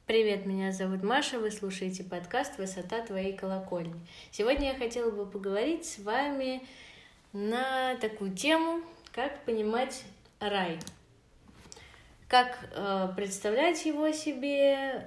Привет, меня зовут Маша, вы слушаете подкаст «Высота твоей колокольни». Сегодня я хотела бы поговорить с вами на такую тему, как понимать рай. Как представлять его себе,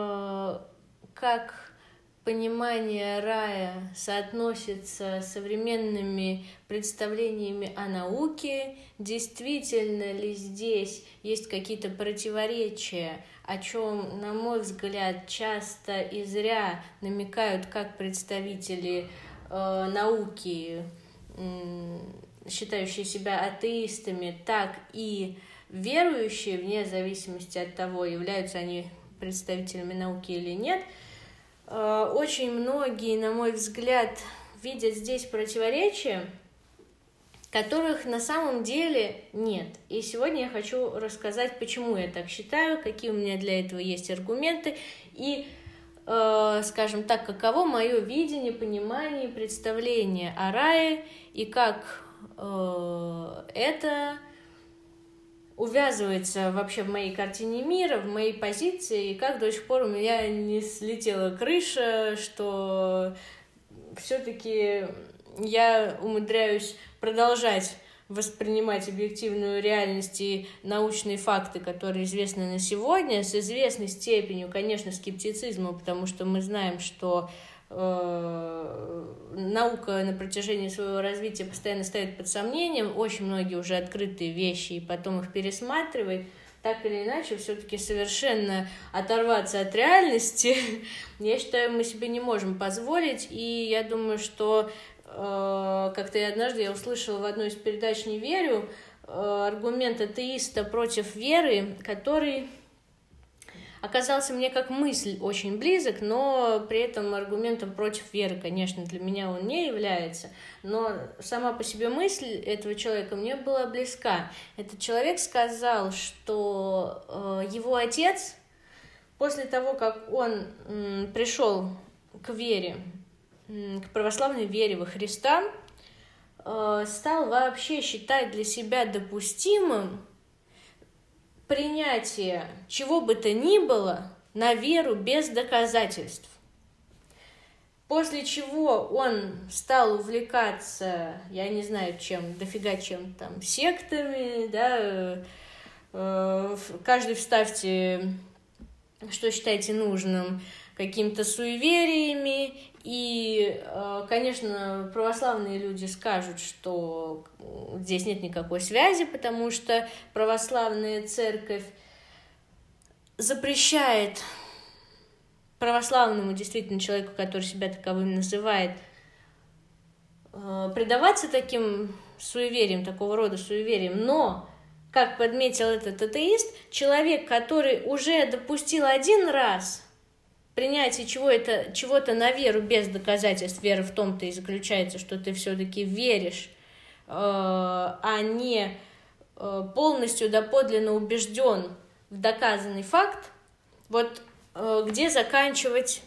как понимание рая соотносится с современными представлениями о науке, действительно ли здесь есть какие-то противоречия, о чем, на мой взгляд, часто и зря намекают как представители науки, считающие себя атеистами, так и верующие, вне зависимости от того, являются они представителями науки или нет. Очень многие, на мой взгляд, видят здесь противоречия, которых на самом деле нет. И сегодня я хочу рассказать, почему я так считаю, какие у меня для этого есть аргументы и, скажем так, каково мое видение, понимание, представление о рае и как это увязывается вообще в моей картине мира, в моей позиции, и как до сих пор у меня не слетела крыша, что все-таки я умудряюсь продолжать воспринимать объективную реальность и научные факты, которые известны на сегодня, с известной степенью, конечно, скептицизма, потому что мы знаем, что наука на протяжении своего развития постоянно ставит под сомнением очень многие уже открытые вещи и потом их пересматривает. Так или иначе, все-таки совершенно оторваться от реальности, я считаю, мы себе не можем позволить. И я думаю, что как-то однажды я услышала в одной из передач «Не верю» аргумент атеиста против веры, который оказался мне как мысль очень близок, но при этом аргументом против веры, конечно, для меня он не является. Но сама по себе мысль этого человека мне была близка. Этот человек сказал, что его отец, после того, как он пришел к вере, к православной вере во Христа, стал вообще считать для себя допустимым принятие чего бы то ни было на веру без доказательств. После чего он стал увлекаться, я не знаю чем, дофига чем там, сектами, да, каждый вставьте, что считаете нужным, какими-то суевериями. И, конечно, православные люди скажут, что здесь нет никакой связи, потому что православная церковь запрещает православному действительно человеку, который себя таковым называет, предаваться таким суевериям, такого рода суевериям. Но, как подметил этот атеист, человек, который уже допустил один раз принятие чего-то на веру без доказательств, вера в том-то и заключается, что ты все-таки веришь, а не полностью доподлинно убежден в доказанный факт, вот где заканчивать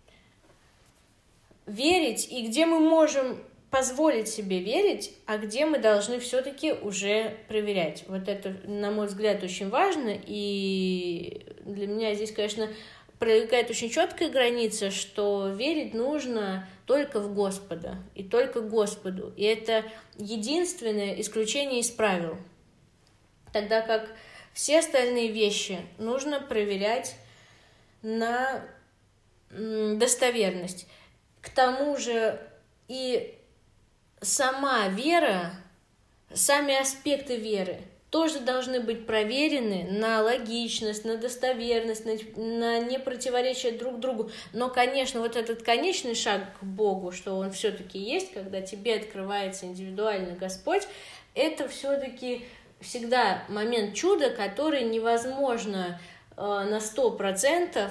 верить и где мы можем позволить себе верить, а где мы должны все-таки уже проверять. Вот это, на мой взгляд, очень важно, и для меня здесь, конечно, пролегает очень четкая граница, что верить нужно только в Господа и только Господу. И это единственное исключение из правил. Тогда как все остальные вещи нужно проверять на достоверность. К тому же и сама вера, сами аспекты веры тоже должны быть проверены на логичность, на достоверность, на непротиворечие друг другу. Но, конечно, вот этот конечный шаг к Богу, что он все-таки есть, когда тебе открывается индивидуально Господь, это все-таки всегда момент чуда, который невозможно на 100%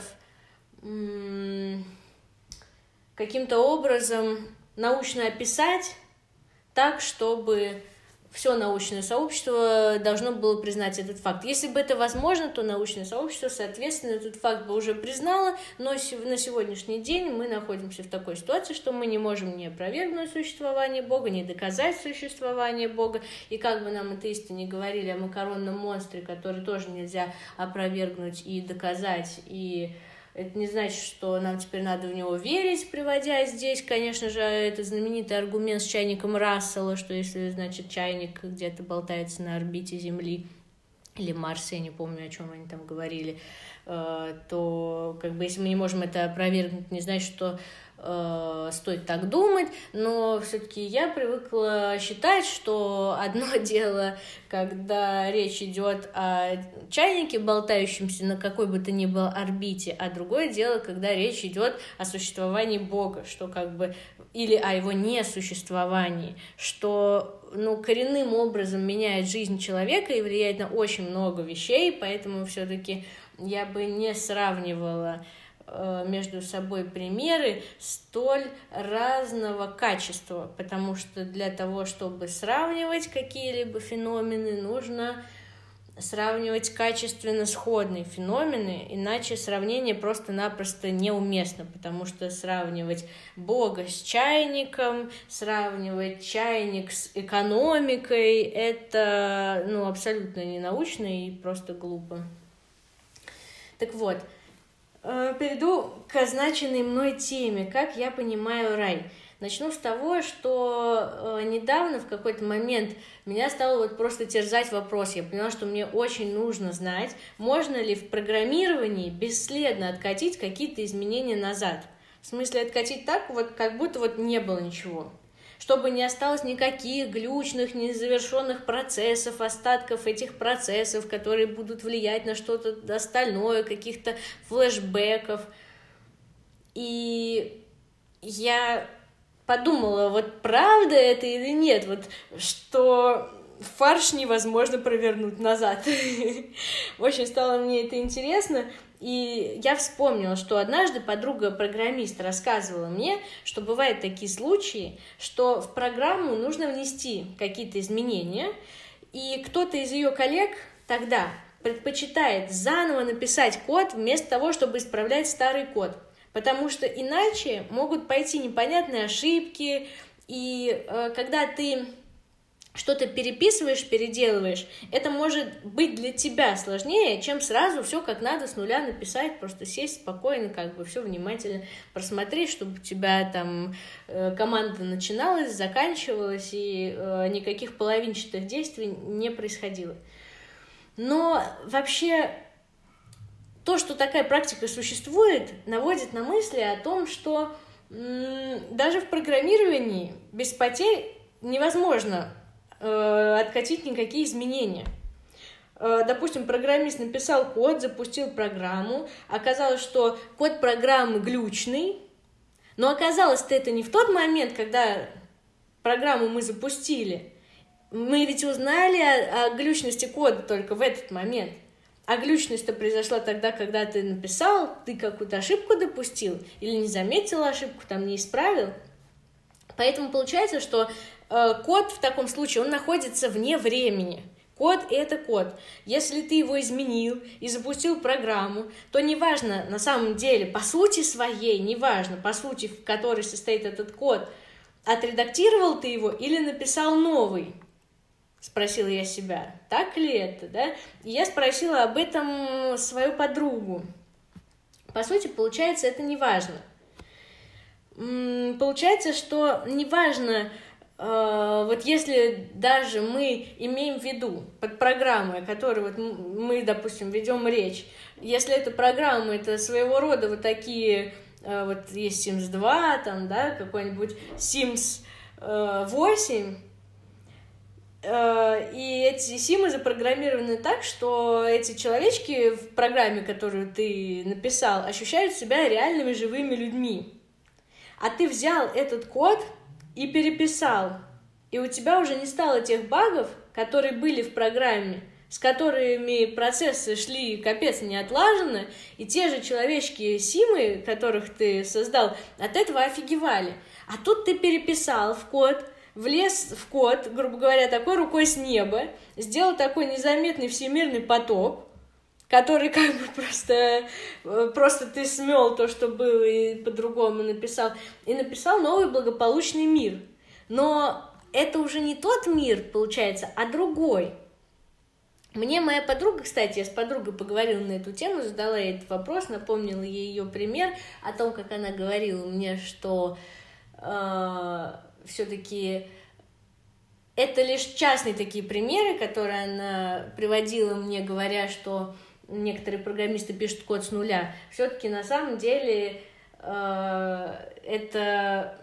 каким-то образом научно описать так, чтобы все научное сообщество должно было признать этот факт. Если бы это возможно, то научное сообщество, соответственно, этот факт бы уже признало, но на сегодняшний день мы находимся в такой ситуации, что мы не можем ни опровергнуть существование Бога, ни доказать существование Бога, и как бы нам атеисты не говорили о макаронном монстре, который тоже нельзя опровергнуть и доказать, и это не значит, что нам теперь надо в него верить, приводя здесь, конечно же, этот знаменитый аргумент с чайником Рассела, что если, значит, чайник где-то болтается на орбите Земли или Марса, я не помню, о чем они там говорили, то как бы если мы не можем это опровергнуть, не значит, что стоит так думать, но все-таки я привыкла считать, что одно дело, когда речь идет о чайнике, болтающемся на какой бы то ни было орбите, а другое дело, когда речь идет о существовании Бога, что как бы или о его несуществовании, что коренным образом меняет жизнь человека и влияет на очень много вещей, поэтому все-таки я бы не сравнивала между собой примеры столь разного качества, потому что для того, чтобы сравнивать какие-либо феномены, нужно сравнивать качественно сходные феномены, иначе сравнение просто-напросто неуместно, потому что сравнивать Бога с чайником, сравнивать чайник с экономикой, это абсолютно ненаучно и просто глупо. Так вот, перейду к означенной мной теме, как я понимаю рай. Начну с того, что недавно в какой-то момент меня стал просто терзать вопрос. Я поняла, что мне очень нужно знать, можно ли в программировании бесследно откатить какие-то изменения назад. В смысле откатить так, как будто не было ничего. Чтобы не осталось никаких глючных, незавершенных процессов, остатков этих процессов, которые будут влиять на что-то остальное, каких-то флешбеков. И я подумала, правда это или нет, что фарш невозможно провернуть назад. Очень стало мне это интересно. И я вспомнила, что однажды подруга-программист рассказывала мне, что бывают такие случаи, что в программу нужно внести какие-то изменения, и кто-то из ее коллег тогда предпочитает заново написать код вместо того, чтобы исправлять старый код, потому что иначе могут пойти непонятные ошибки, и когда ты что-то переписываешь, переделываешь, это может быть для тебя сложнее, чем сразу все как надо с нуля написать, просто сесть спокойно, все внимательно просмотреть, чтобы у тебя там команда начиналась, заканчивалась, и никаких половинчатых действий не происходило. Но вообще то, что такая практика существует, наводит на мысли о том, что даже в программировании без потерь невозможно откатить никакие изменения. Допустим, программист написал код, запустил программу, оказалось, что код программы глючный, но оказалось-то это не в тот момент, когда программу мы запустили. Мы ведь узнали о глючности кода только в этот момент. А глючность-то произошла тогда, когда ты написал, ты какую-то ошибку допустил или не заметил ошибку, не исправил. Поэтому получается, что код в таком случае, он находится вне времени. Код — это код. Если ты его изменил и запустил программу, то неважно, на самом деле, по сути своей, неважно, по сути, в которой состоит этот код, отредактировал ты его или написал новый? Спросила я себя, так ли это, да? И я спросила об этом свою подругу. По сути, получается, это неважно. Получается, что неважно, если даже мы имеем в виду под программой, о которой мы, допустим, ведем речь, если эта программа, это своего рода такие, есть Sims 2, какой-нибудь Sims 8, и эти симы запрограммированы так, что эти человечки в программе, которую ты написал, ощущают себя реальными живыми людьми. А ты взял этот код и переписал, и у тебя уже не стало тех багов, которые были в программе, с которыми процессы шли капец не отлаженно, и те же человечки-симы, которых ты создал, от этого офигевали. А тут ты переписал в код, влез в код, грубо говоря, такой рукой с неба, сделал такой незаметный всемирный потоп, который как бы просто ты смел то, что было, и по-другому написал, и написал новый благополучный мир. Но это уже не тот мир, получается, а другой. Мне моя подруга, кстати, я с подругой поговорила на эту тему, задала ей этот вопрос, напомнила ей ее пример о том, как она говорила мне, что все-таки это лишь частные такие примеры, которые она приводила мне, говоря, что некоторые программисты пишут код с нуля. Все-таки на самом деле это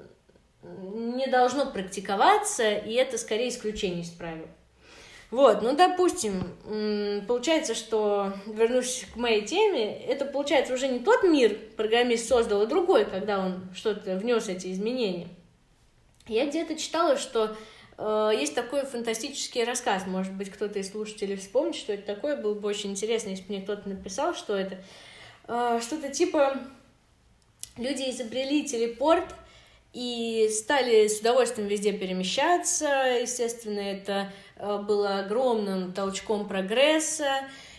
не должно практиковаться, и это скорее исключение из правил. Вот, ну, допустим, получается, что, вернусь к моей теме, это, получается, уже не тот мир программист создал, а другой, когда он что-то внес эти изменения. Я где-то читала, что есть такой фантастический рассказ, может быть, кто-то из слушателей вспомнит, что это такое, было бы очень интересно, если бы мне кто-то написал, что это. Что-то типа люди изобрели телепорт и стали с удовольствием везде перемещаться, естественно, это было огромным толчком прогресса,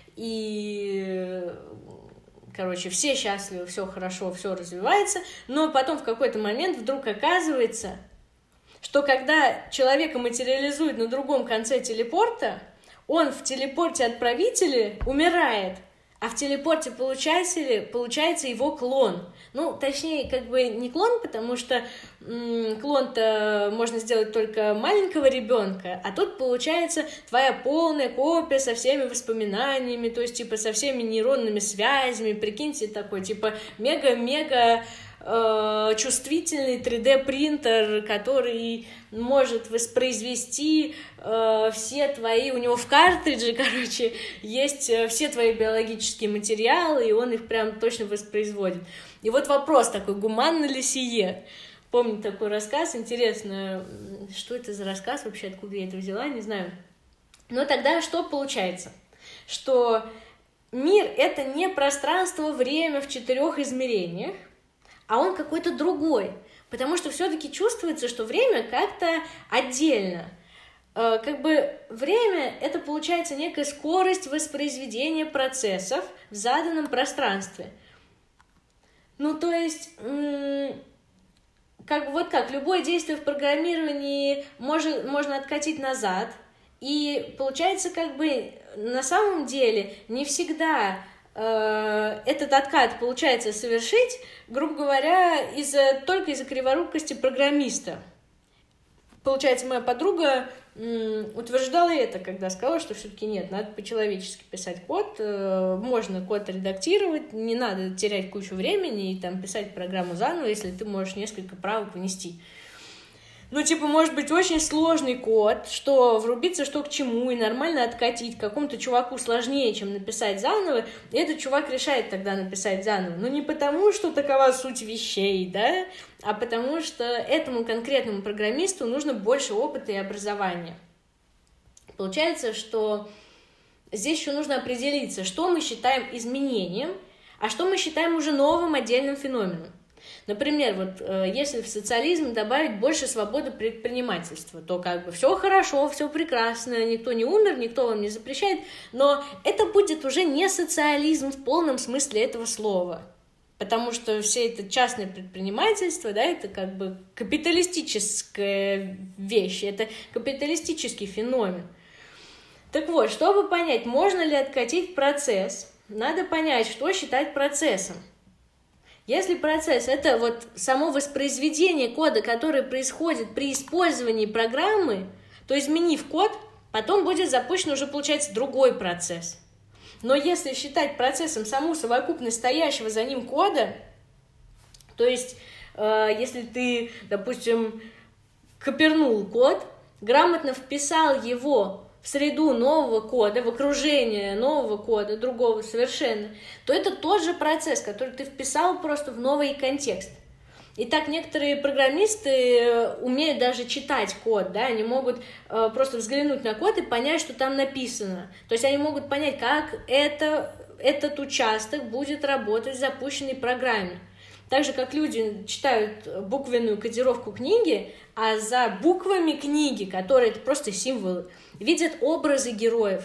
и, короче, все счастливы, все хорошо, все развивается, но потом в какой-то момент вдруг оказывается, что когда человека материализуют на другом конце телепорта, он в телепорте отправителя умирает, а в телепорте получается его клон. Ну, точнее, как бы не клон, потому что клон-то можно сделать только маленького ребенка, а тут получается твоя полная копия со всеми воспоминаниями, то есть, типа, со всеми нейронными связями, прикиньте, такой, типа, мега-мега чувствительный 3D-принтер, который может воспроизвести все твои... У него в картридже, короче, есть все твои биологические материалы, и он их прям точно воспроизводит. И вот вопрос такой, гуманно ли сие? Помню такой рассказ, интересно, что это за рассказ вообще, откуда я это взяла, не знаю. Но тогда что получается? Что мир — это не пространство-время в 4 измерениях, а он какой-то другой, потому что все-таки чувствуется, что время как-то отдельно. Как бы время — это, получается, некая скорость воспроизведения процессов в заданном пространстве. Ну, то есть, как любое действие в программировании можно откатить назад, и получается, как бы, на самом деле, не всегда этот откат получается совершить, грубо говоря, только из-за криворукости программиста. Получается, моя подруга утверждала это, когда сказала, что все-таки нет, надо по-человечески писать код, можно код редактировать, не надо терять кучу времени и там писать программу заново, если ты можешь несколько правок внести. Ну, типа, может быть очень сложный код, что врубиться что к чему и нормально откатить какому-то чуваку сложнее, чем написать заново, и этот чувак решает тогда написать заново. Но не потому, что такова суть вещей, да, а потому что этому конкретному программисту нужно больше опыта и образования. Получается, что здесь еще нужно определиться, что мы считаем изменением, а что мы считаем уже новым отдельным феноменом. Например, вот если в социализм добавить больше свободы предпринимательства, то как бы все хорошо, все прекрасно, никто не умер, никто вам не запрещает, но это будет уже не социализм в полном смысле этого слова, потому что все это частное предпринимательство, да, это как бы капиталистическая вещь, это капиталистический феномен. Так вот, чтобы понять, можно ли откатить процесс, надо понять, что считать процессом. Если процесс — это вот само воспроизведение кода, которое происходит при использовании программы, то, изменив код, потом будет запущен уже, получается, другой процесс. Но если считать процессом саму совокупность стоящего за ним кода, то есть, если ты, допустим, копернул код, грамотно вписал его в среду нового кода, в окружение нового кода, другого совершенно, то это тот же процесс, который ты вписал просто в новый контекст. И так некоторые программисты умеют даже читать код, да, они могут просто взглянуть на код и понять, что там написано. То есть они могут понять, как этот участок будет работать в запущенной программе. Так же, как люди читают буквенную кодировку книги, а за буквами книги, которые это просто символы, видят образы героев.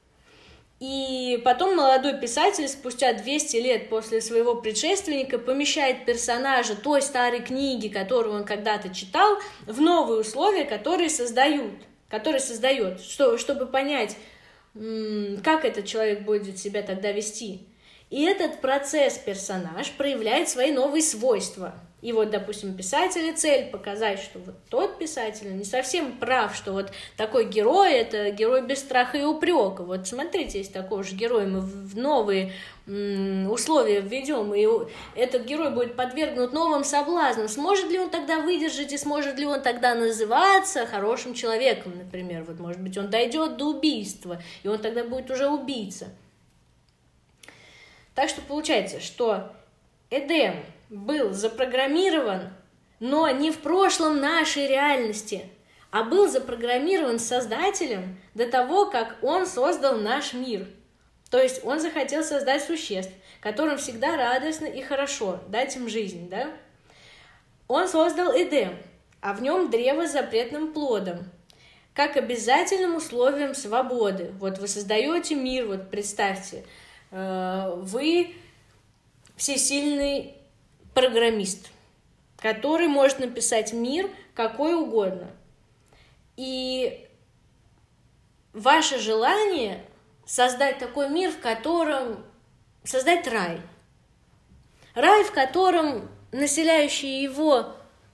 И потом молодой писатель спустя 200 лет после своего предшественника помещает персонажа той старой книги, которую он когда-то читал, в новые условия, которые создает, чтобы понять, как этот человек будет себя тогда вести. И этот процесс-персонаж проявляет свои новые свойства. И вот, допустим, писателю цель показать, что вот тот писатель не совсем прав, что вот такой герой — это герой без страха и упрека. Вот смотрите, если такого же героя мы в новые условия введем, и этот герой будет подвергнут новым соблазнам, сможет ли он тогда выдержать и сможет ли он тогда называться хорошим человеком, например? Вот, может быть, он дойдет до убийства, и он тогда будет уже убийца. Так что получается, что Эдем был запрограммирован, но не в прошлом нашей реальности, а был запрограммирован Создателем до того, как он создал наш мир. То есть он захотел создать существ, которым всегда радостно и хорошо, дать им жизнь, да? Он создал Эдем, а в нем древо с запретным плодом, как обязательным условием свободы. Вот вы создаете мир, вот представьте, вы всесильный программист, который может написать мир какой угодно. И ваше желание создать такой мир, в котором создать рай. Рай, в котором населяющие его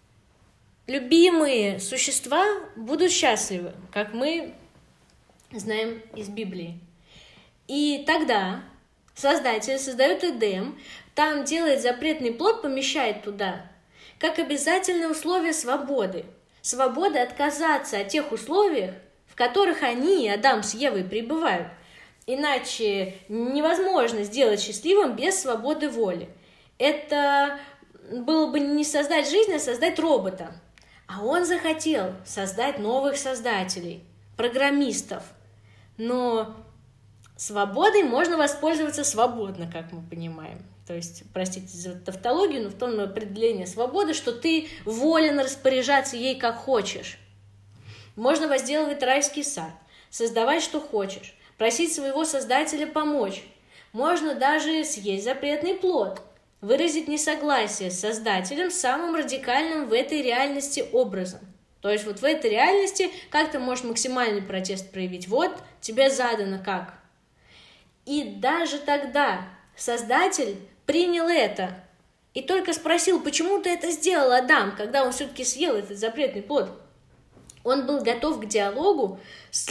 любимые существа будут счастливы, как мы знаем из Библии. И тогда Создатель создает Эдем, там делает запретный плод, помещает туда, как обязательное условие свободы. Свободы отказаться от тех условий, в которых они, Адам с Евой, пребывают. Иначе невозможно сделать счастливым без свободы воли. Это было бы не создать жизнь, а создать робота. А он захотел создать новых создателей, программистов. Но свободой можно воспользоваться свободно, как мы понимаем. То есть, простите за тавтологию, но в том определении свободы, что ты волен распоряжаться ей как хочешь. Можно возделывать райский сад, создавать что хочешь, просить своего создателя помочь. Можно даже съесть запретный плод, выразить несогласие с создателем самым радикальным в этой реальности образом. То есть вот в этой реальности как ты можешь максимальный протест проявить? Вот тебе задано как. И даже тогда Создатель принял это и только спросил, почему ты это сделал, Адам, когда он все-таки съел этот запретный плод. Он был готов к диалогу с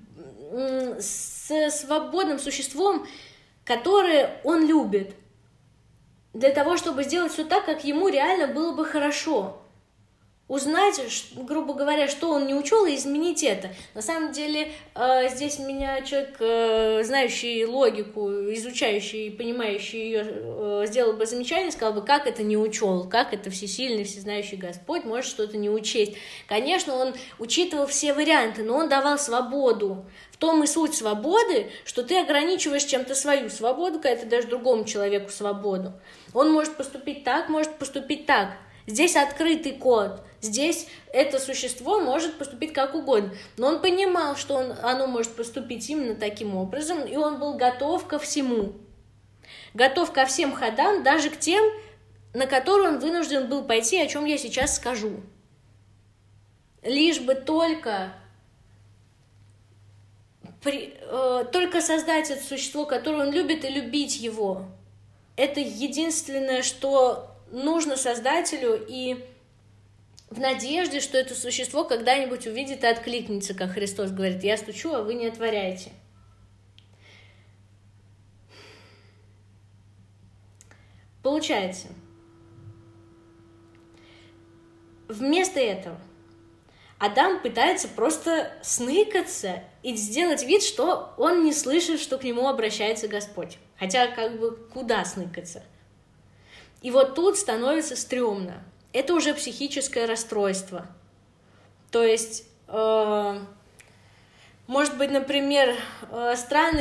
свободным существом, которое он любит, для того, чтобы сделать все так, как ему реально было бы хорошо. Узнать, грубо говоря, что он не учел, и изменить это. На самом деле, здесь меня человек, знающий логику, изучающий, понимающий ее, сделал бы замечание, сказал бы, как это не учел, как это всесильный, всезнающий Господь может что-то не учесть. Конечно, он учитывал все варианты, но он давал свободу. В том и суть свободы, что ты ограничиваешь чем-то свою свободу, когда ты даешь другому человеку свободу. Он может поступить так, может поступить так. Здесь открытый код, здесь это существо может поступить как угодно. Но он понимал, что оно может поступить именно таким образом, и он был готов ко всему. Готов ко всем ходам, даже к тем, на которые он вынужден был пойти, о чем я сейчас скажу. Лишь бы только создать это существо, которое он любит, и любить его. Это единственное, что нужно Создателю, и в надежде, что это существо когда-нибудь увидит и откликнется, как Христос говорит, я стучу, а вы не отворяете. Получается, вместо этого Адам пытается просто сныкаться и сделать вид, что он не слышит, что к нему обращается Господь. Хотя как бы куда сныкаться? И вот тут становится стрёмно. Это уже психическое расстройство. То есть, может быть, например, странный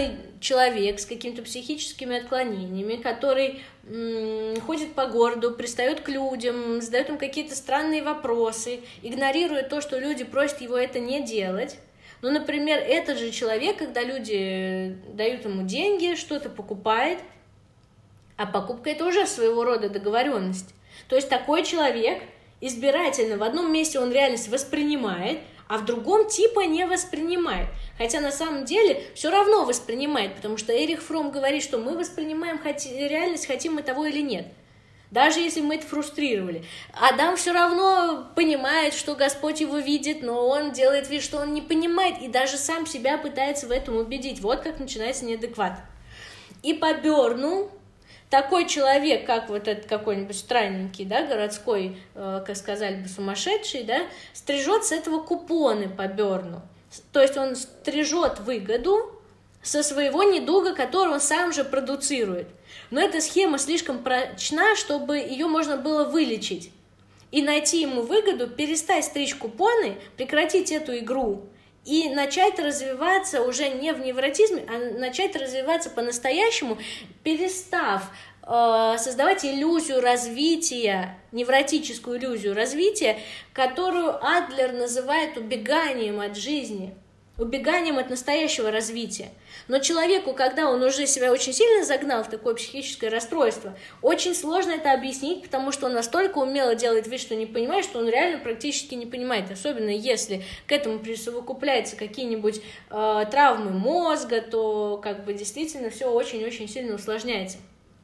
человек с какими-то психическими отклонениями, который ходит по городу, пристает к людям, задает им какие-то странные вопросы, игнорирует то, что люди просят его это не делать. Ну, например, этот же человек, когда люди дают ему деньги, что-то покупает, а покупка — это уже своего рода договоренность. То есть такой человек избирательно в одном месте он реальность воспринимает, а в другом типа не воспринимает. Хотя на самом деле все равно воспринимает, потому что Эрих Фромм говорит, что мы воспринимаем реальность, хотим мы того или нет. Даже если мы это фрустрировали. Адам все равно понимает, что Господь его видит, но он делает вид, что он не понимает, и даже сам себя пытается в этом убедить. Вот как начинается неадекват. И по Бёрну такой человек, как вот этот какой-нибудь странненький, да, городской, как сказали бы, сумасшедший, да, стрижет с этого купоны по Бёрну. То есть он стрижет выгоду со своего недуга, который он сам же продуцирует. Но эта схема слишком прочна, чтобы ее можно было вылечить. И найти ему выгоду, перестать стричь купоны, прекратить эту игру и начать развиваться уже не в невротизме, а начать развиваться по-настоящему, перестав создавать иллюзию развития, невротическую иллюзию развития, которую Адлер называет убеганием от жизни, убеганием от настоящего развития. Но человеку, когда он уже себя очень сильно загнал в такое психическое расстройство, очень сложно это объяснить, потому что он настолько умело делает вид, что не понимает, что он реально практически не понимает, особенно если к этому присовокупляются какие-нибудь травмы мозга, то как бы действительно все очень-очень сильно усложняется.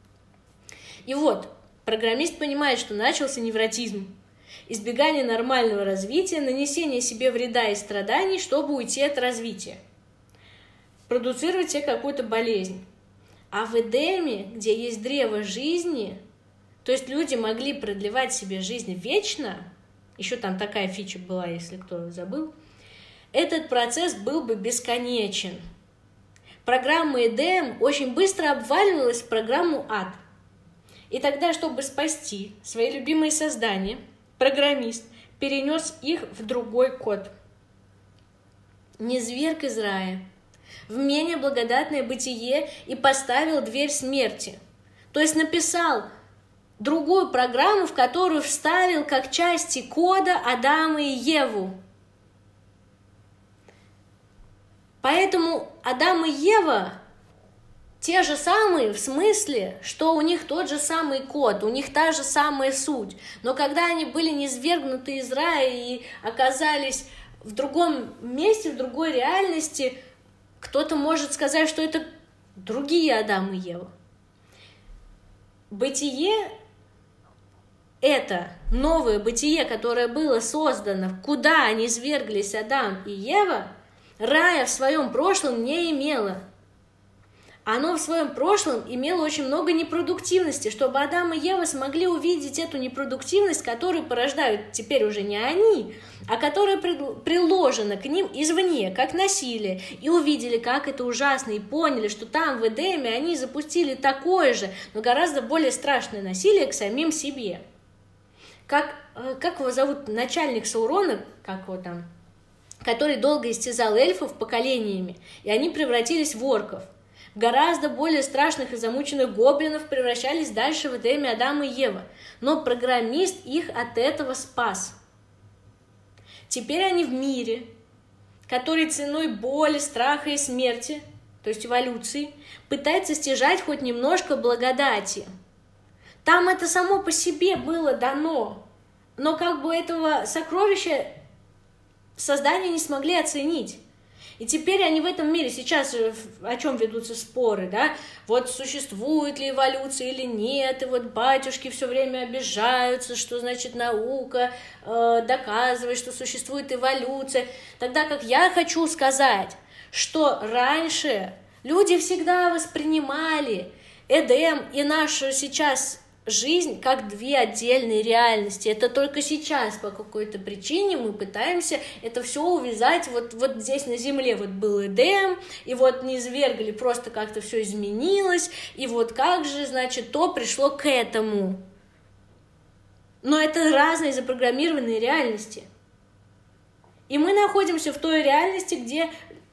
И вот, программист понимает, что начался невротизм, избегание нормального развития, нанесение себе вреда и страданий, чтобы уйти от развития, продуцировать себе какую-то болезнь. А в Эдеме, где есть древо жизни, то есть люди могли продлевать себе жизнь вечно, еще там такая фича была, если кто забыл, этот процесс был бы бесконечен. Программа Эдем очень быстро обваливалась в программу ад. И тогда, чтобы спасти свои любимые создания, программист перенес их в другой код. Низверг из рая в менее благодатное бытие и поставил дверь смерти. То есть написал другую программу, в которую вставил как части кода Адама и Еву. Поэтому Адам и Ева те же самые в смысле, что у них тот же самый код, у них та же самая суть. Но когда они были низвергнуты из рая и оказались в другом месте, в другой реальности, кто-то может сказать, что это другие Адам и Ева. Бытие — это новое бытие, которое было создано, куда низверглись Адам и Ева, рая в своем прошлом не имело. Оно в своем прошлом имело очень много непродуктивности, чтобы Адам и Ева смогли увидеть эту непродуктивность, которую порождают теперь уже не они, а которая приложена к ним извне, как насилие, и увидели, как это ужасно, и поняли, что там, в Эдеме, они запустили такое же, но гораздо более страшное насилие к самим себе. Как его зовут, начальник Саурона, как его там, который долго истязал эльфов поколениями, и они превратились в орков. Гораздо более страшных и замученных гоблинов превращались дальше в Эдеме Адам и Ева. Но программист их от этого спас. Теперь они в мире, который ценой боли, страха и смерти, то есть эволюции, пытается стяжать хоть немножко благодати. Там это само по себе было дано, но как бы этого сокровища создания не смогли оценить. И теперь они в этом мире, сейчас о чем ведутся споры, да, вот существует ли эволюция или нет, и вот батюшки все время обижаются, что значит наука доказывает, что существует эволюция, тогда как я хочу сказать, что раньше люди всегда воспринимали Эдем и нашу сейчас жизнь как две отдельные реальности. Это только сейчас по какой-то причине мы пытаемся это все увязать вот здесь на земле. Вот был Эдем, и вот низвергли, просто как-то все изменилось, и вот как же, значит, то пришло к этому. Но это разные запрограммированные реальности. И мы находимся в той реальности, где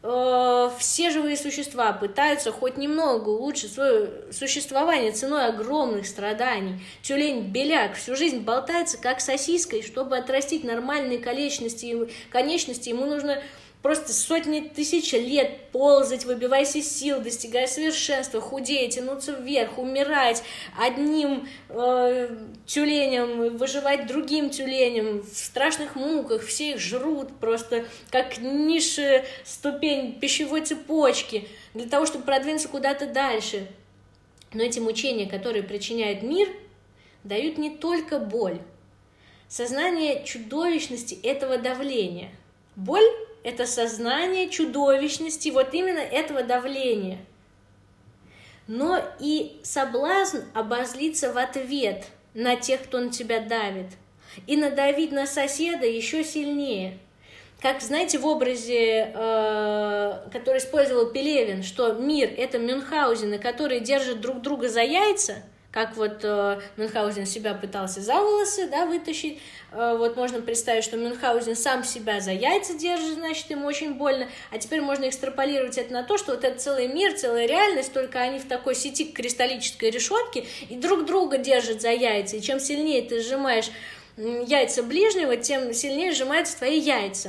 все живые существа пытаются хоть немного улучшить свое существование ценой огромных страданий. Тюлень-беляк всю жизнь болтается как сосиска, и чтобы отрастить нормальные конечности, ему нужно просто сотни тысяч лет ползать, выбиваясь из сил, достигая совершенства, худеть, тянуться вверх, умирать одним тюленем, выживать другим тюленем в страшных муках, все их жрут просто как низшая ступень пищевой цепочки для того, чтобы продвинуться куда-то дальше. Но эти мучения, которые причиняет мир, дают не только боль. Сознание чудовищности этого давления. Боль — это сознание чудовищности вот именно этого давления. Но и соблазн обозлиться в ответ на тех, кто на тебя давит, и надавить на соседа еще сильнее. Как, знаете, в образе, который использовал Пелевин, что мир — это Мюнхгаузены, которые держат друг друга за яйца, как вот Мюнхгаузен себя пытался за волосы, да, вытащить. Вот можно представить, что Мюнхгаузен сам себя за яйца держит, значит, ему очень больно. А теперь можно экстраполировать это на то, что вот это целый мир, целая реальность, только они в такой сети кристаллической решетки и друг друга держат за яйца. И чем сильнее ты сжимаешь яйца ближнего, тем сильнее сжимаются твои яйца.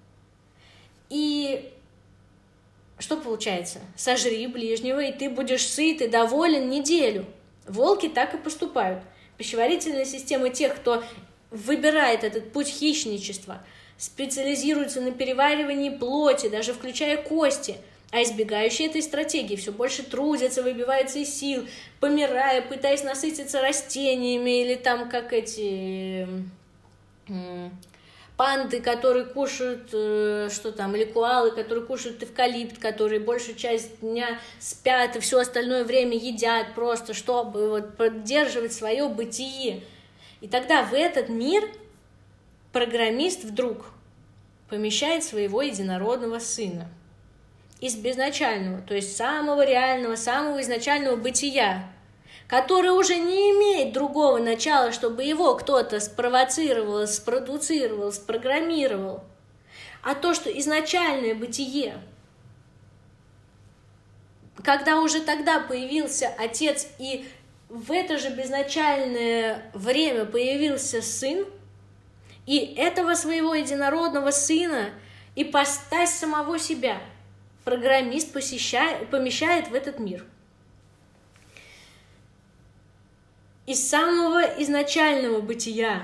И что получается? Сожри ближнего, и ты будешь сыт и доволен неделю. Волки так и поступают. Пищеварительная система тех, кто выбирает этот путь хищничества, специализируется на переваривании плоти, даже включая кости, а избегающие этой стратегии все больше трудятся, выбиваются из сил, помирая, пытаясь насытиться растениями, или там как эти панды, которые кушают, что там, или коалы, которые кушают эвкалипт, которые большую часть дня спят и все остальное время едят просто, чтобы вот поддерживать свое бытие. И тогда в этот мир программист вдруг помещает своего единородного сына из безначального, то есть самого реального, самого изначального бытия, который уже не имеет другого начала, чтобы его кто-то спровоцировал, спродуцировал, спрограммировал, а то, что изначальное бытие, когда уже тогда появился Отец, и в это же безначальное время появился Сын, и этого своего единородного Сына, ипостась самого себя, программист помещает в этот мир. Из самого изначального бытия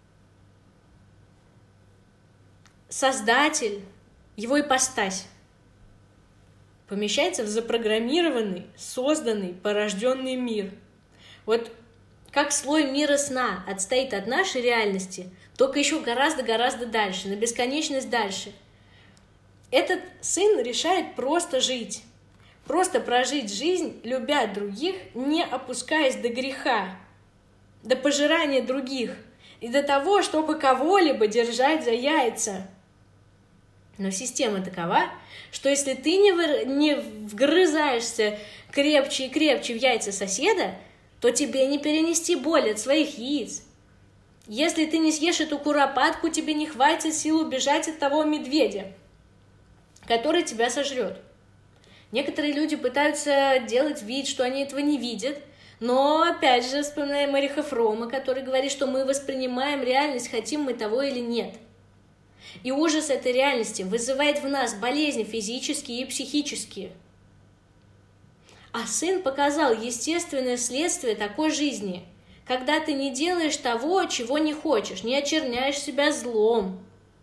Создатель, его ипостась, помещается в запрограммированный, созданный, порожденный мир. Вот как слой мира сна отстоит от нашей реальности, только еще гораздо-гораздо дальше, на бесконечность дальше. Этот сын решает просто жить, просто прожить жизнь, любя других, не опускаясь до греха, до пожирания других и до того, чтобы кого-либо держать за яйца. Но система такова, что если ты не вгрызаешься крепче и крепче в яйца соседа, то тебе не перенести боль от своих яиц. Если ты не съешь эту куропатку, тебе не хватит сил убежать от того медведя, который тебя сожрет. Некоторые люди пытаются делать вид, что они этого не видят, но, опять же, вспоминаем Эриха Фромма, который говорит, что мы воспринимаем реальность, хотим мы того или нет. И ужас этой реальности вызывает в нас болезни физические и психические. А сын показал естественное следствие такой жизни, когда ты не делаешь того, чего не хочешь, не очерняешь себя злом,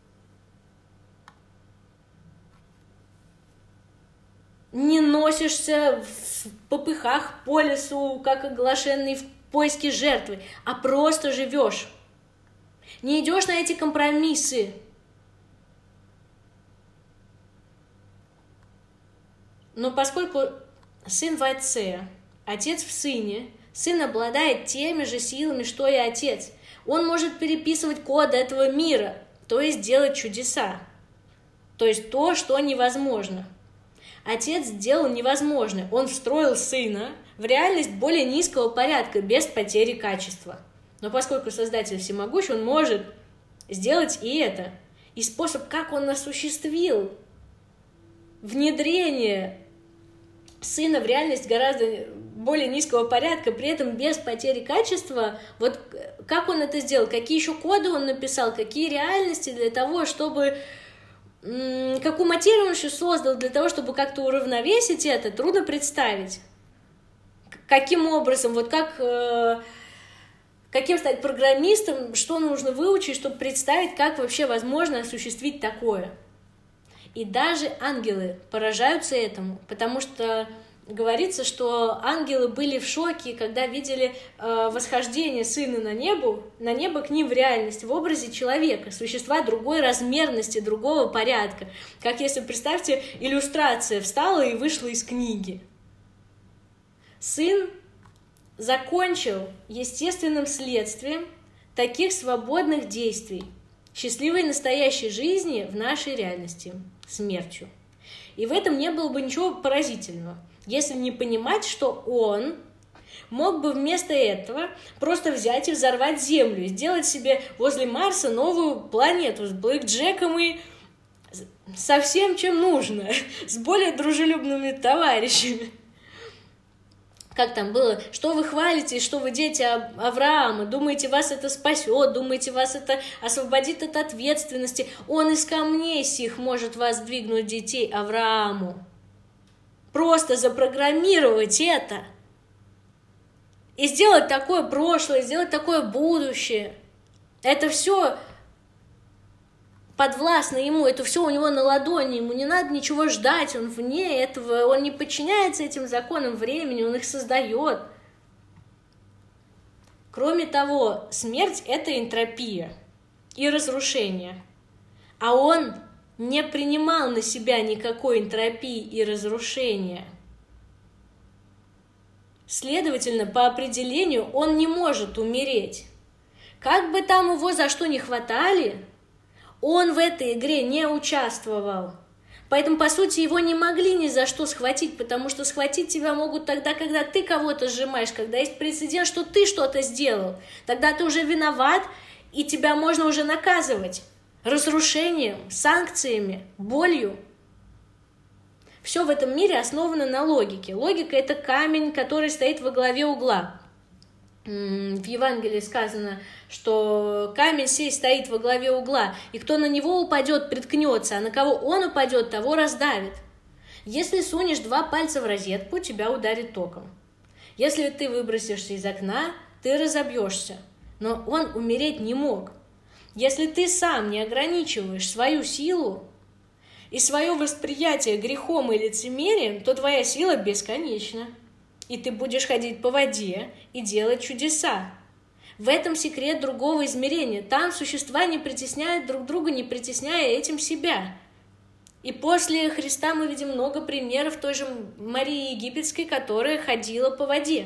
не носишься в попыхах по лесу, как оглашенный в поиске жертвы, а просто живешь. Не идешь на эти компромиссы. Но поскольку сын в отце, отец в сыне, сын обладает теми же силами, что и отец. Он может переписывать код этого мира, то есть делать чудеса, то есть то, что невозможно. Отец сделал невозможное. Он встроил сына в реальность более низкого порядка, без потери качества. Но поскольку Создатель всемогущ, он может сделать и это. И способ, как он осуществил внедрение сына в реальность гораздо более низкого порядка, при этом без потери качества. Вот как он это сделал, какие еще коды он написал, какие реальности для того, чтобы... Какую материю он еще создал для того, чтобы как-то уравновесить это, трудно представить. Каким образом, вот как... Каким стать программистом, что нужно выучить, чтобы представить, как вообще возможно осуществить такое. И даже ангелы поражаются этому, потому что говорится, что ангелы были в шоке, когда видели восхождение сына на небо к ним в реальности, в образе человека, существа другой размерности, другого порядка. Как если, представьте, иллюстрация встала и вышла из книги. Сын закончил естественным следствием таких свободных действий, счастливой настоящей жизни в нашей реальности, смертью. И в этом не было бы ничего поразительного, если не понимать, что он мог бы вместо этого просто взять и взорвать Землю, и сделать себе возле Марса новую планету с блэкджеком и со всем, чем нужно, с более дружелюбными товарищами. Как там было, что вы хвалитесь, что вы дети Авраама, думаете, вас это спасет, думаете, вас это освободит от ответственности. Он из камней сих может воздвигнуть детей Аврааму. Просто запрограммировать это и сделать такое прошлое, сделать такое будущее. Это все подвластно ему, это все у него на ладони, ему не надо ничего ждать, он вне этого, он не подчиняется этим законам времени, он их создает. Кроме того, смерть — это энтропия и разрушение, а он не принимал на себя никакой энтропии и разрушения. Следовательно, по определению он не может умереть. Как бы там его за что ни хватали, он в этой игре не участвовал. Поэтому, по сути, его не могли ни за что схватить, потому что схватить тебя могут тогда, когда ты кого-то сжимаешь, когда есть прецедент, что ты что-то сделал. Тогда ты уже виноват, и тебя можно уже наказывать разрушением, санкциями, болью. Все в этом мире основано на логике. Логика — это камень, который стоит во главе угла. В Евангелии сказано, что камень сей стоит во главе угла, и кто на него упадет, приткнется, а на кого он упадет, того раздавит. Если сунешь 2 пальца в розетку, тебя ударит током. Если ты выбросишься из окна, ты разобьешься. Но он умереть не мог. Если ты сам не ограничиваешь свою силу и свое восприятие грехом и лицемерием, то твоя сила бесконечна. И ты будешь ходить по воде и делать чудеса. В этом секрет другого измерения. Там существа не притесняют друг друга, не притесняя этим себя. И после Христа мы видим много примеров той же Марии Египетской, которая ходила по воде.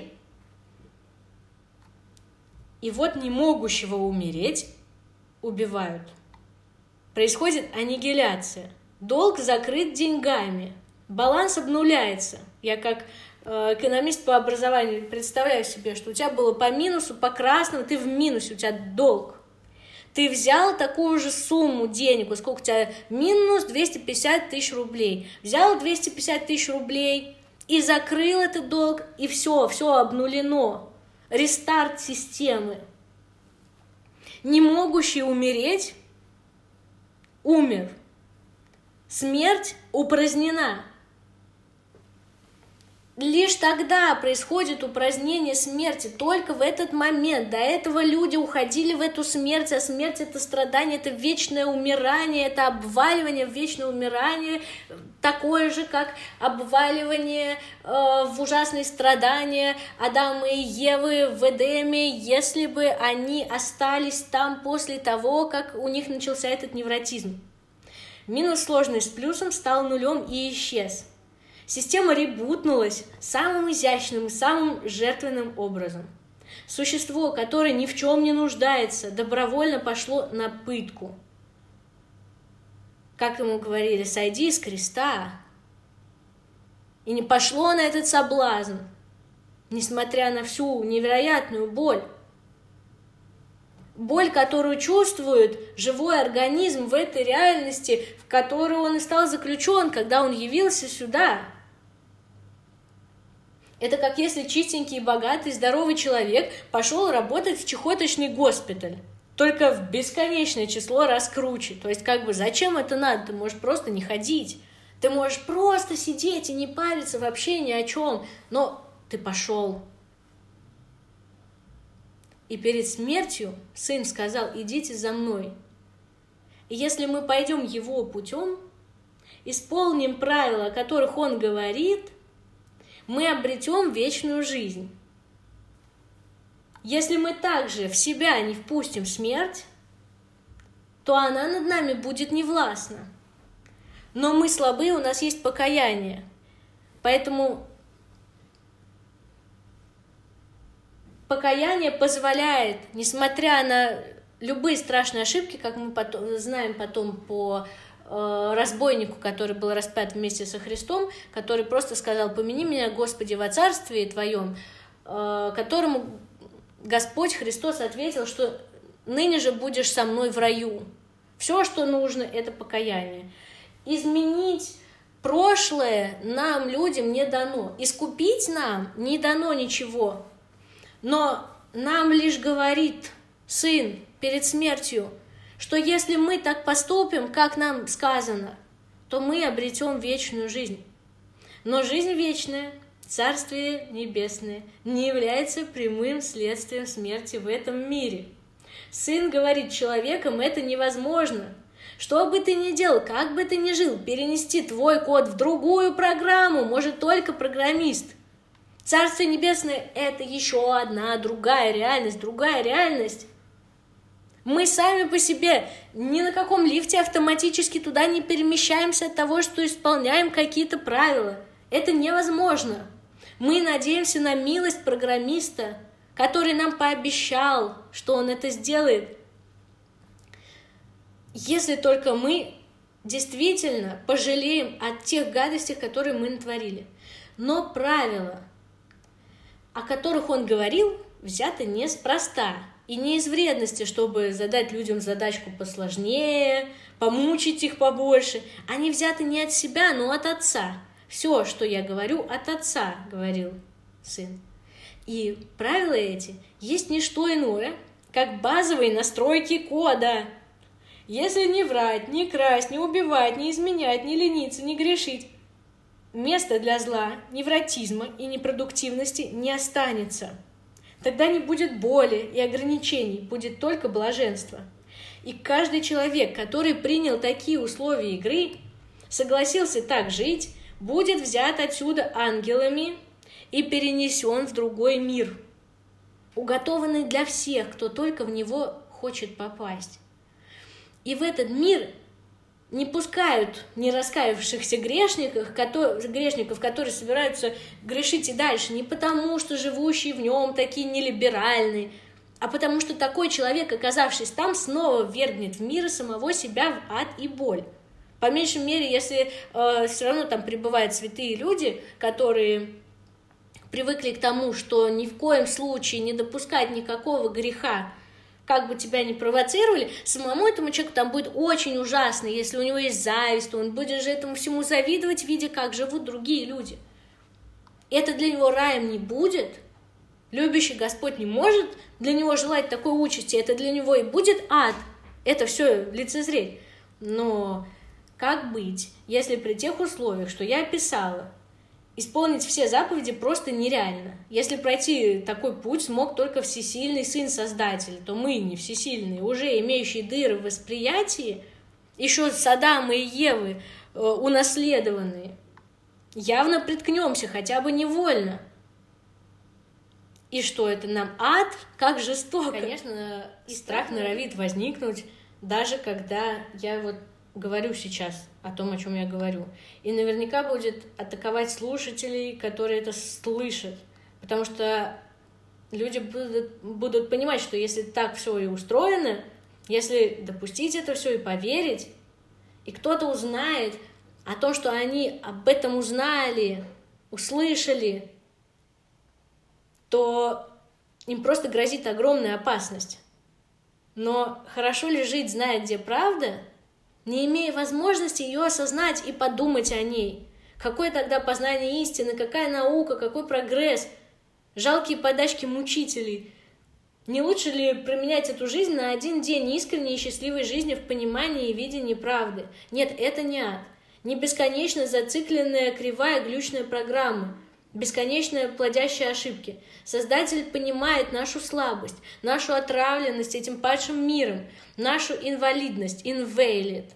И вот не могущего умереть убивают. Происходит аннигиляция. Долг закрыт деньгами. Баланс обнуляется. Я как экономист по образованию представляю себе, что у тебя было по минусу, по красному, ты в минусе, у тебя долг. Ты взял такую же сумму денег, сколько у тебя минус 250 тысяч рублей. Взял 250 тысяч рублей и закрыл этот долг, и все обнулено. Рестарт системы. Не могущий умереть умер. Смерть упразднена. Лишь тогда происходит упразднение смерти, только в этот момент. До этого люди уходили в эту смерть, а смерть — это страдание, это вечное умирание, это обваливание в вечное умирание, такое же, как обваливание в ужасные страдания Адама и Евы в Эдеме, если бы они остались там после того, как у них начался этот невротизм. Минус сложный с плюсом стал нулем и исчез. Система ребутнулась самым изящным и самым жертвенным образом. Существо, которое ни в чем не нуждается, добровольно пошло на пытку. Как ему говорили, сойди с креста. И не пошло на этот соблазн, несмотря на всю невероятную боль. боль, которую чувствует живой организм в этой реальности, в которой он и стал заключен, когда он явился сюда. Это как если чистенький, богатый, здоровый человек пошел работать в чехоточный госпиталь, только в бесконечное число раз круче. То есть зачем это надо? Ты можешь просто не ходить. Ты можешь просто сидеть и не париться вообще ни о чем. Но ты пошел. И перед смертью сын сказал: идите за мной. И если мы пойдем его путем, исполним правила, о которых он говорит, мы обретем вечную жизнь. Если мы также в себя не впустим смерть, то она над нами будет невластна. Но мы слабые, у нас есть покаяние. Поэтому покаяние позволяет, несмотря на любые страшные ошибки, как мы знаем потом по разбойнику, который был распят вместе со Христом, который просто сказал: помяни меня, Господи, во царстве Твоем, которому Господь Христос ответил, что ныне же будешь со мной в раю. Все, что нужно, это покаяние. Изменить прошлое нам, людям, не дано. Искупить нам не дано ничего. Но нам лишь говорит Сын перед смертью, что если мы так поступим, как нам сказано, то мы обретем вечную жизнь. Но жизнь вечная, Царствие Небесное, не является прямым следствием смерти в этом мире. Сын говорит человекам: это невозможно. Что бы ты ни делал, как бы ты ни жил, перенести твой код в другую программу может только программист. Царствие Небесное — это еще одна другая реальность. Мы сами по себе ни на каком лифте автоматически туда не перемещаемся от того, что исполняем какие-то правила. Это невозможно. Мы надеемся на милость программиста, который нам пообещал, что он это сделает. Если только мы действительно пожалеем о тех гадостях, которые мы натворили. Но правила, о которых он говорил, взяты неспроста. И не из вредности, чтобы задать людям задачку посложнее, помучить их побольше. Они взяты не от себя, но от Отца. Все, что я говорю, от Отца, говорил Сын. И правила эти есть не что иное, как базовые настройки кода. Если не врать, не красть, не убивать, не изменять, не лениться, не грешить, места для зла, невротизма и непродуктивности не останется. Тогда не будет боли и ограничений, будет только блаженство. И каждый человек, который принял такие условия игры, согласился так жить, будет взят отсюда ангелами и перенесен в другой мир, уготованный для всех, кто только в него хочет попасть. И в этот мир не пускают нераскаявшихся грешников, которые собираются грешить и дальше, не потому, что живущие в нем такие нелиберальные, а потому что такой человек, оказавшись там, снова ввергнет в мир самого себя в ад и боль. По меньшей мере, если все равно там пребывают святые люди, которые привыкли к тому, что ни в коем случае не допускать никакого греха, как бы тебя ни провоцировали, самому этому человеку там будет очень ужасно. Если у него есть зависть, то он будет же этому всему завидовать, видя, как живут другие люди. Это для него раем не будет. Любящий Господь не может для него желать такой участи. Это для него и будет ад. Это все лицезреть. Но как быть, если при тех условиях, что я описала, исполнить все заповеди просто нереально. Если пройти такой путь смог только всесильный Сын Создателя, то мы, не всесильные, уже имеющие дыры в восприятии, еще с Адама и Евы унаследованные, явно приткнемся, хотя бы невольно. И что это нам ад? Как жестоко! Конечно, и страх норовит возникнуть, даже когда я говорю сейчас о том, о чем я говорю. И наверняка будет атаковать слушателей, которые это слышат. Потому что люди будут понимать, что если так все и устроено, если допустить это все и поверить, и кто-то узнает о том, что они об этом узнали, услышали, то им просто грозит огромная опасность. Но хорошо ли жить, зная, где правда, не имея возможности ее осознать и подумать о ней? Какое тогда познание истины, какая наука, какой прогресс? Жалкие подачки мучителей. Не лучше ли променять эту жизнь на один день искренней и счастливой жизни в понимании и видении правды? Нет, это не ад. Не бесконечно зацикленная кривая глючная программа, бесконечная плодящая ошибки. Создатель понимает нашу слабость, нашу отравленность этим падшим миром, нашу инвалидность, invalid.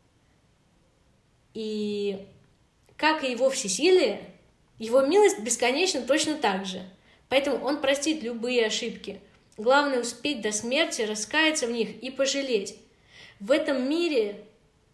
И как и его всесилие, его милость бесконечна точно так же. Поэтому он простит любые ошибки. Главное успеть до смерти, раскаяться в них и пожалеть. В этом мире,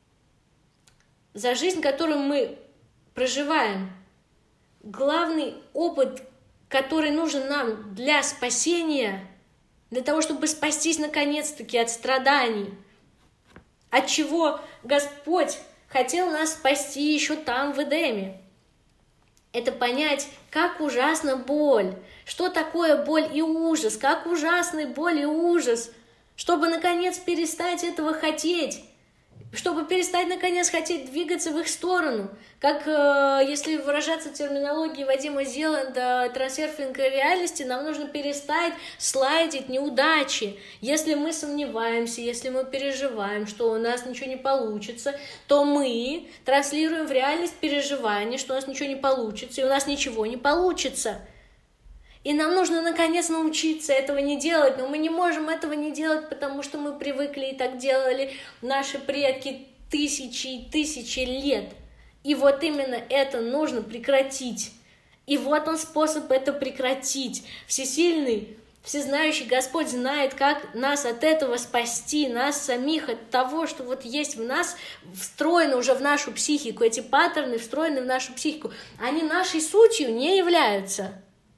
за жизнь, которую мы проживаем, главный опыт, который нужен нам для спасения, для того, чтобы спастись наконец-таки от страданий, от чего Господь хотел нас спасти еще там, в Эдеме, это понять, как ужасна боль, что такое боль и ужас, как ужасны боль и ужас, чтобы, наконец, перестать этого хотеть, чтобы перестать, наконец, хотеть двигаться в их сторону. Как, если выражаться терминологией Вадима Зеланда, трансерфинга реальности, нам нужно перестать слайдить неудачи. Если мы сомневаемся, если мы переживаем, что у нас ничего не получится, то мы транслируем в реальность переживания, что у нас ничего не получится, и у нас ничего не получится. И нам нужно, наконец, научиться этого не делать, но мы не можем этого не делать, потому что мы привыкли и так делали наши предки тысячи и тысячи лет. И вот именно это нужно прекратить. И вот он способ это прекратить. Всесильный, всезнающий Господь знает, как нас от этого спасти, нас самих от того, что вот есть в нас, встроено уже в нашу психику. Эти паттерны встроены в нашу психику. Они нашей сутью не являются.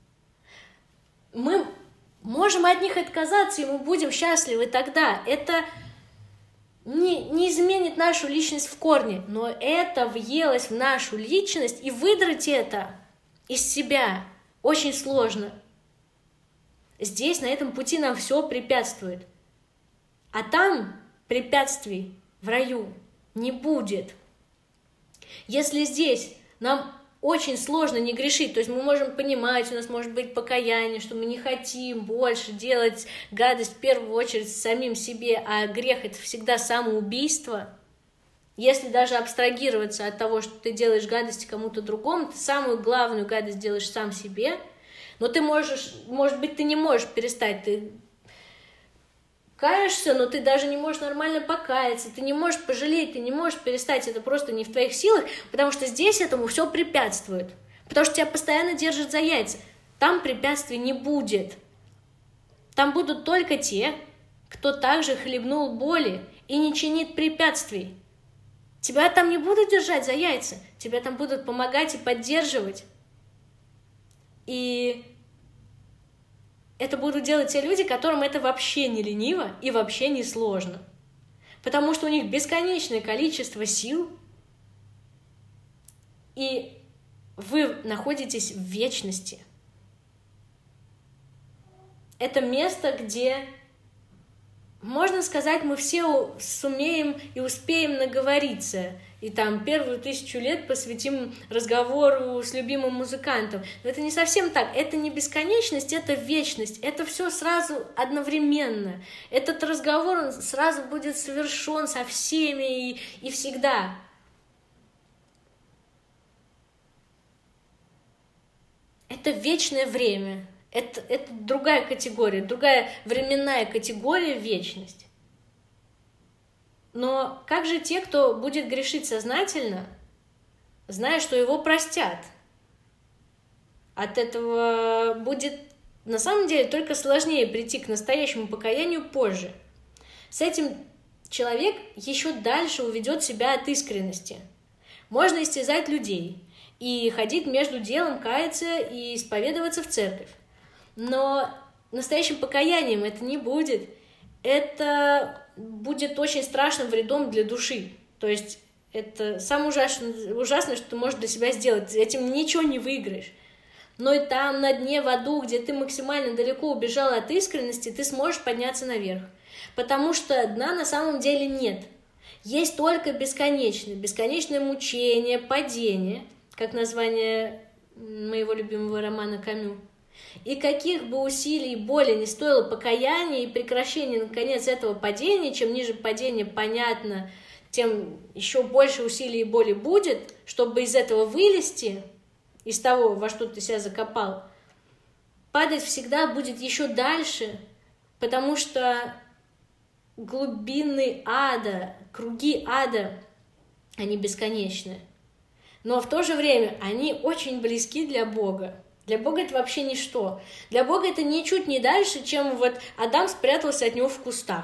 Мы можем от них отказаться, и мы будем счастливы тогда. Это не изменит нашу личность в корне, но это въелось в нашу личность, и выдрать это из себя очень сложно. Здесь, на этом пути, нам все препятствует. А там препятствий в раю не будет. Если здесь нам очень сложно не грешить, то есть мы можем понимать, у нас может быть покаяние, что мы не хотим больше делать гадость в первую очередь самим себе, а грех — это всегда самоубийство. Если даже абстрагироваться от того, что ты делаешь гадости кому-то другому, ты самую главную гадость делаешь сам себе, но ты можешь, может быть, ты не можешь перестать, ты каешься, но ты даже не можешь нормально покаяться, ты не можешь пожалеть, ты не можешь перестать, это просто не в твоих силах, потому что здесь этому все препятствует, потому что тебя постоянно держат за яйца. Там препятствий не будет. Там будут только те, кто также хлебнул боли и не чинит препятствий. Тебя там не будут держать за яйца, тебя там будут помогать и поддерживать. И это будут делать те люди, которым это вообще не лениво и вообще не сложно. Потому что у них бесконечное количество сил, и вы находитесь в вечности. Это место, где, можно сказать, мы все сумеем и успеем наговориться. И там первую 1000 лет посвятим разговору с любимым музыкантом. Но это не совсем так. Это не бесконечность, это вечность. Это все сразу одновременно. Этот разговор он сразу будет совершен со всеми и всегда. Это вечное время. Это другая категория, другая временная категория — вечность. Но как же те, кто будет грешить сознательно, зная, что его простят? От этого будет на самом деле только сложнее прийти к настоящему покаянию позже. С этим человек еще дальше уведет себя от искренности. Можно истязать людей и ходить между делом, каяться и исповедоваться в церковь. Но настоящим покаянием это не будет. Это будет очень страшным вредом для души. То есть это самое ужасное, что ты можешь для себя сделать. Этим ничего не выиграешь. Но и там, на дне, в аду, где ты максимально далеко убежал от искренности, ты сможешь подняться наверх. Потому что дна на самом деле нет. Есть только бесконечное мучение, падение, как название моего любимого романа Камю. И каких бы усилий и боли не стоило покаяние и прекращение, наконец, этого падения, чем ниже падение понятно, тем еще больше усилий и боли будет, чтобы из этого вылезти, из того, во что ты себя закопал. Падать всегда будет еще дальше, потому что глубины ада, круги ада, они бесконечны. Но в то же время они очень близки для Бога. Для Бога это вообще ничто. Для Бога это ничуть не дальше, чем вот Адам спрятался от него в кустах.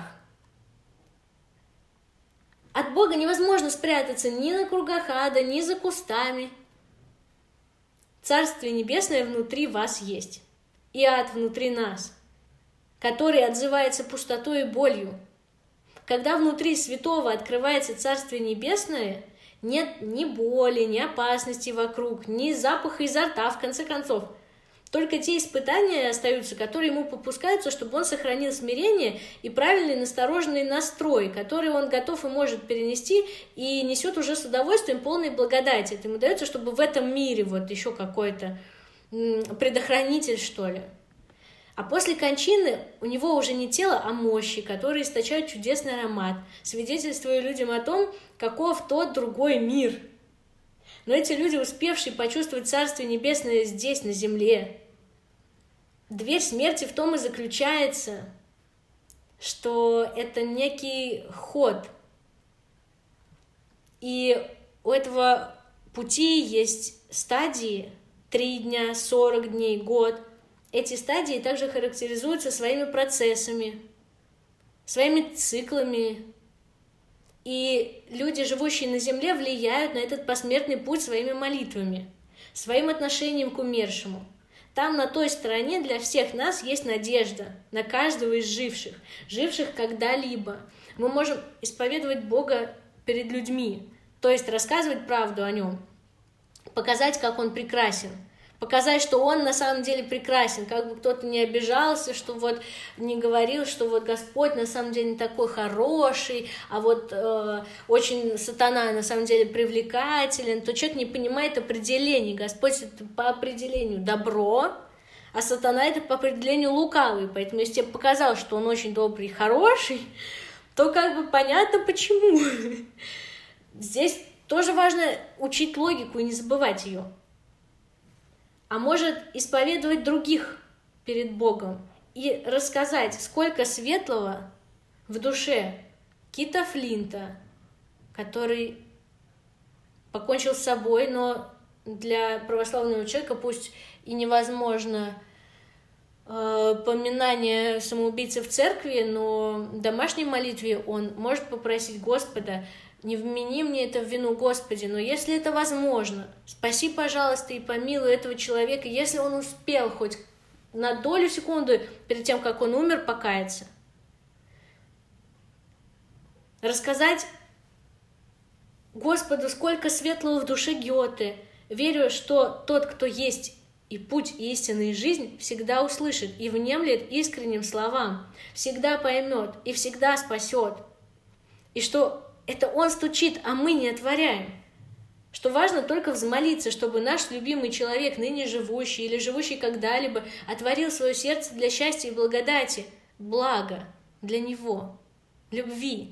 От Бога невозможно спрятаться ни на кругах ада, ни за кустами. Царствие Небесное внутри вас есть. И ад внутри нас, который отзывается пустотой и болью. Когда внутри святого открывается Царствие Небесное, нет ни боли, ни опасности вокруг, ни запаха изо рта, в конце концов. Только те испытания остаются, которые ему попускаются, чтобы он сохранил смирение и правильный настороженный настрой, который он готов и может перенести, и несет уже с удовольствием полной благодати. Это ему дается, чтобы в этом мире вот еще какой-то предохранитель, что ли. А после кончины у него уже не тело, а мощи, которые источают чудесный аромат, свидетельствуя людям о том, каков тот другой мир. Но эти люди, успевшие почувствовать Царствие Небесное здесь, на земле, дверь смерти в том и заключается, что это некий ход. И у этого пути есть стадии: 3 дня, 40 дней, год. Эти стадии также характеризуются своими процессами, своими циклами. И люди, живущие на земле, влияют на этот посмертный путь своими молитвами, своим отношением к умершему. Там, на той стороне, для всех нас есть надежда, на каждого из живших когда-либо. Мы можем исповедовать Бога перед людьми, то есть рассказывать правду о Нем, показать, как Он прекрасен, показать, что Он на самом деле прекрасен, как бы кто-то не обижался, что вот не говорил, что вот Господь на самом деле не такой хороший, а вот очень сатана на самом деле привлекателен, то человек не понимает определений. Господь это по определению добро, а сатана это по определению лукавый. Поэтому если тебе показал, что он очень добрый и хороший, то как бы понятно почему. Здесь тоже важно учить логику и не забывать ее. А может исповедовать других перед Богом и рассказать, сколько светлого в душе Кита Флинта, который покончил с собой, но для православного человека пусть и невозможно поминание самоубийцы в церкви, но в домашней молитве он может попросить Господа: не вмени мне это в вину, Господи, но если это возможно, спаси, пожалуйста, и помилуй этого человека, если он успел хоть на долю секунды перед тем, как он умер, покаяться. Рассказать Господу, сколько светлого в душе Гёте. Верю, что тот, кто есть и путь, и истина, и жизнь, всегда услышит и внемлет искренним словам, всегда поймет и всегда спасет. И что это Он стучит, а мы не отворяем. Что важно только взмолиться, чтобы наш любимый человек, ныне живущий или живущий когда-либо, отворил свое сердце для счастья и благодати, блага для него, любви.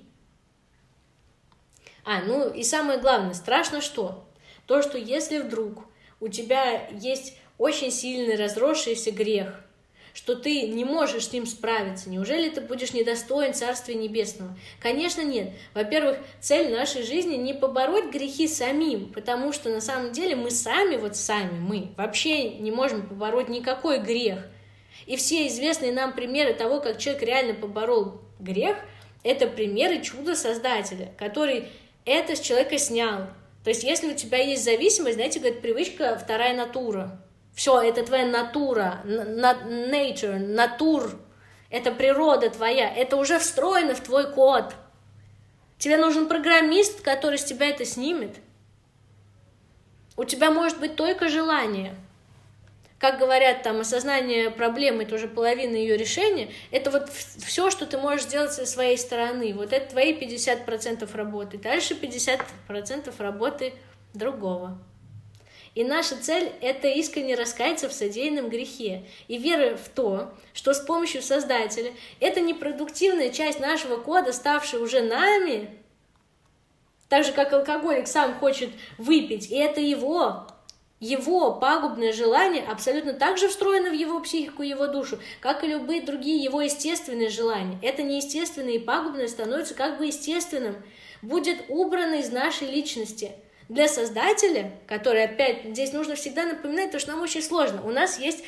Ну и самое главное, страшно что? То, что если вдруг у тебя есть очень сильный разросшийся грех, что ты не можешь с ним справиться. Неужели ты будешь недостоин Царствия Небесного? Конечно, нет. Во-первых, цель нашей жизни не побороть грехи самим, потому что на самом деле мы вообще не можем побороть никакой грех. И все известные нам примеры того, как человек реально поборол грех, это примеры чуда Создателя, который это с человека снял. То есть, если у тебя есть зависимость, знаете, говорят, привычка — вторая натура. Все, это твоя натура, nature, натур, это природа твоя, это уже встроено в твой код. Тебе нужен программист, который с тебя это снимет. У тебя может быть только желание. как говорят, там, осознание проблемы — это уже половина ее решения, это вот все, что ты можешь сделать со своей стороны. Вот это твои 50% работы. Дальше 50% работы другого. И наша цель — это искренне раскаяться в содеянном грехе и вера в то, что с помощью Создателя эта непродуктивная часть нашего кода, ставшая уже нами, так же, как алкоголик сам хочет выпить, и это его пагубное желание абсолютно так же встроено в его психику, его душу, как и любые другие его естественные желания. Это неестественное и пагубное становится как бы естественным, будет убрано из нашей личности. Для Создателя, который, опять, здесь нужно всегда напоминать, потому что нам очень сложно. У нас есть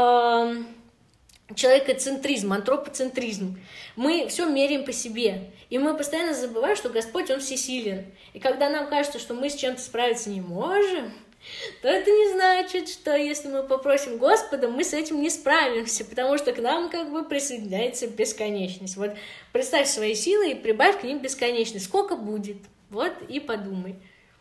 человекоцентризм, антропоцентризм. Мы все меряем по себе. И мы постоянно забываем, что Господь, Он всесилен. И когда нам кажется, что мы с чем-то справиться не можем, то это не значит, что если мы попросим Господа, мы с этим не справимся, потому что к нам как бы присоединяется бесконечность. Вот представь свои силы и прибавь к ним бесконечность. Сколько будет? Вот и подумай.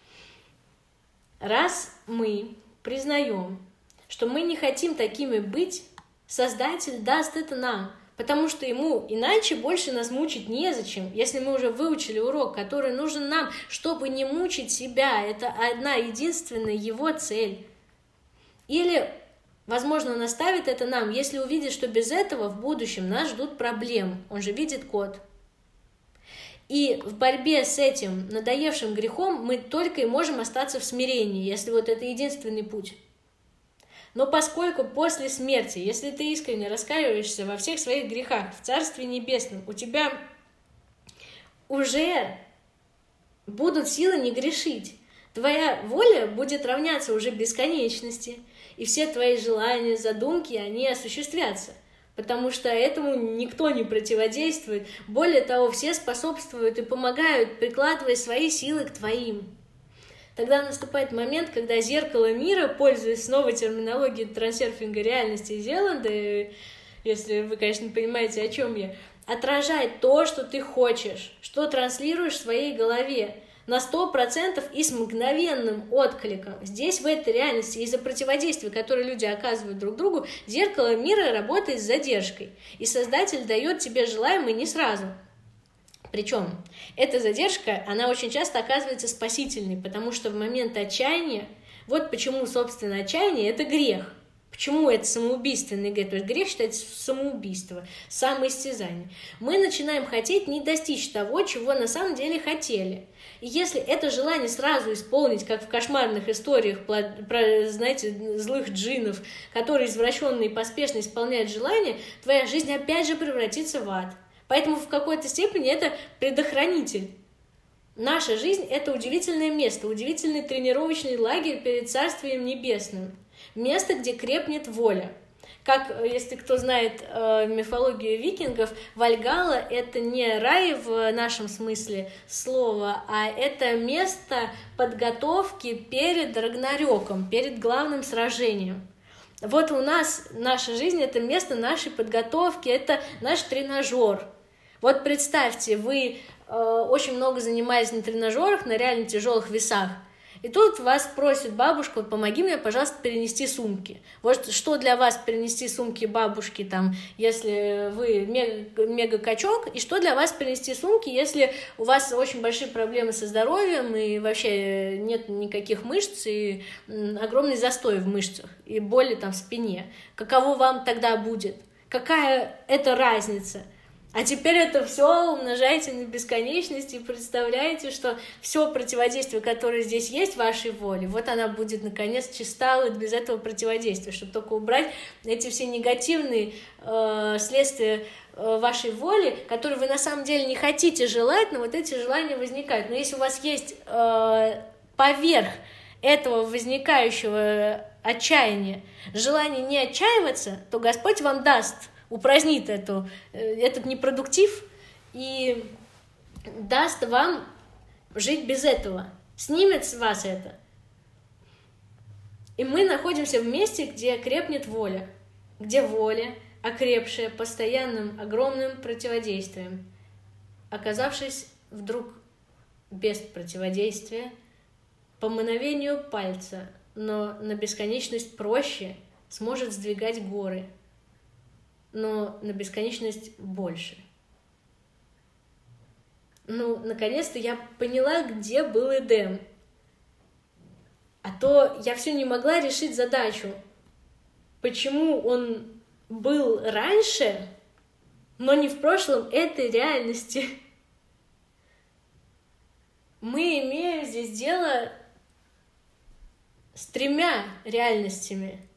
Раз мы признаем, что мы не хотим такими быть, Создатель даст это нам, потому что Ему иначе больше нас мучить незачем, если мы уже выучили урок, который нужен нам, чтобы не мучить себя. Это одна единственная Его цель. Или, возможно, Он оставит это нам, если увидит, что без этого в будущем нас ждут проблемы. Он же видит код. И в борьбе с этим надоевшим грехом мы только и можем остаться в смирении, если вот это единственный путь. Но поскольку после смерти, если ты искренне раскаиваешься во всех своих грехах в Царстве Небесном, у тебя уже будут силы не грешить. Твоя воля будет равняться уже бесконечности, и все твои желания, задумки, они осуществятся. Потому что этому никто не противодействует. Более того, все способствуют и помогают, прикладывая свои силы к твоим. Тогда наступает момент, когда зеркало мира, пользуясь снова терминологией трансерфинга реальности Зеланда, если вы, конечно, понимаете, о чем я, отражает то, что ты хочешь, что транслируешь в своей голове на 100% и с мгновенным откликом. Здесь, в этой реальности, из-за противодействия, которое люди оказывают друг другу, зеркало мира работает с задержкой, и Создатель дает тебе желаемое не сразу. Причем эта задержка, она очень часто оказывается спасительной, потому что в момент отчаяния, вот почему, собственно, отчаяние — это грех. Почему это самоубийственный грех? То есть грех считается самоубийство, самоистязание. Мы начинаем хотеть не достичь того, чего на самом деле хотели. И если это желание сразу исполнить, как в кошмарных историях про, знаете, злых джиннов, которые извращенно и поспешно исполняют желания, твоя жизнь опять же превратится в ад. Поэтому в какой-то степени это предохранитель. Наша жизнь — это удивительное место, удивительный тренировочный лагерь перед Царствием Небесным. Место, где крепнет воля. Как, если кто знает мифологию викингов, Вальгалла — это не рай в нашем смысле слова, а это место подготовки перед Рагнарёком, перед главным сражением. Вот у нас наша жизнь — это место нашей подготовки, это наш тренажер. Вот представьте, вы очень много занимаетесь на тренажерах, на реально тяжелых весах, и тут вас просит бабушка: помоги мне, пожалуйста, перенести сумки. Вот что для вас перенести сумки бабушки, там, если вы мега-качок, и что для вас перенести сумки, если у вас очень большие проблемы со здоровьем, и вообще нет никаких мышц, и огромный застой в мышцах, и боли там в спине. Каково вам тогда будет? Какая это разница? А теперь это все умножаете на бесконечность и представляете, что все противодействие, которое здесь есть, вашей воле, вот она будет, наконец, чиста вот без этого противодействия, чтобы только убрать эти все негативные следствия вашей воли, которые вы на самом деле не хотите желать, но вот эти желания возникают. Но если у вас есть поверх этого возникающего отчаяния желание не отчаиваться, то Господь вам даст, упразднит этот непродуктив и даст вам жить без этого, снимет с вас это. И мы находимся в месте, где крепнет воля, где воля, окрепшая постоянным огромным противодействием, оказавшись вдруг без противодействия, по мановению пальца, но на бесконечность проще, сможет сдвигать горы, но на бесконечность больше. Ну, наконец-то я поняла, где был Эдем. А то я все не могла решить задачу. Почему он был раньше, но не в прошлом этой реальности? Мы имеем здесь дело с тремя реальностями.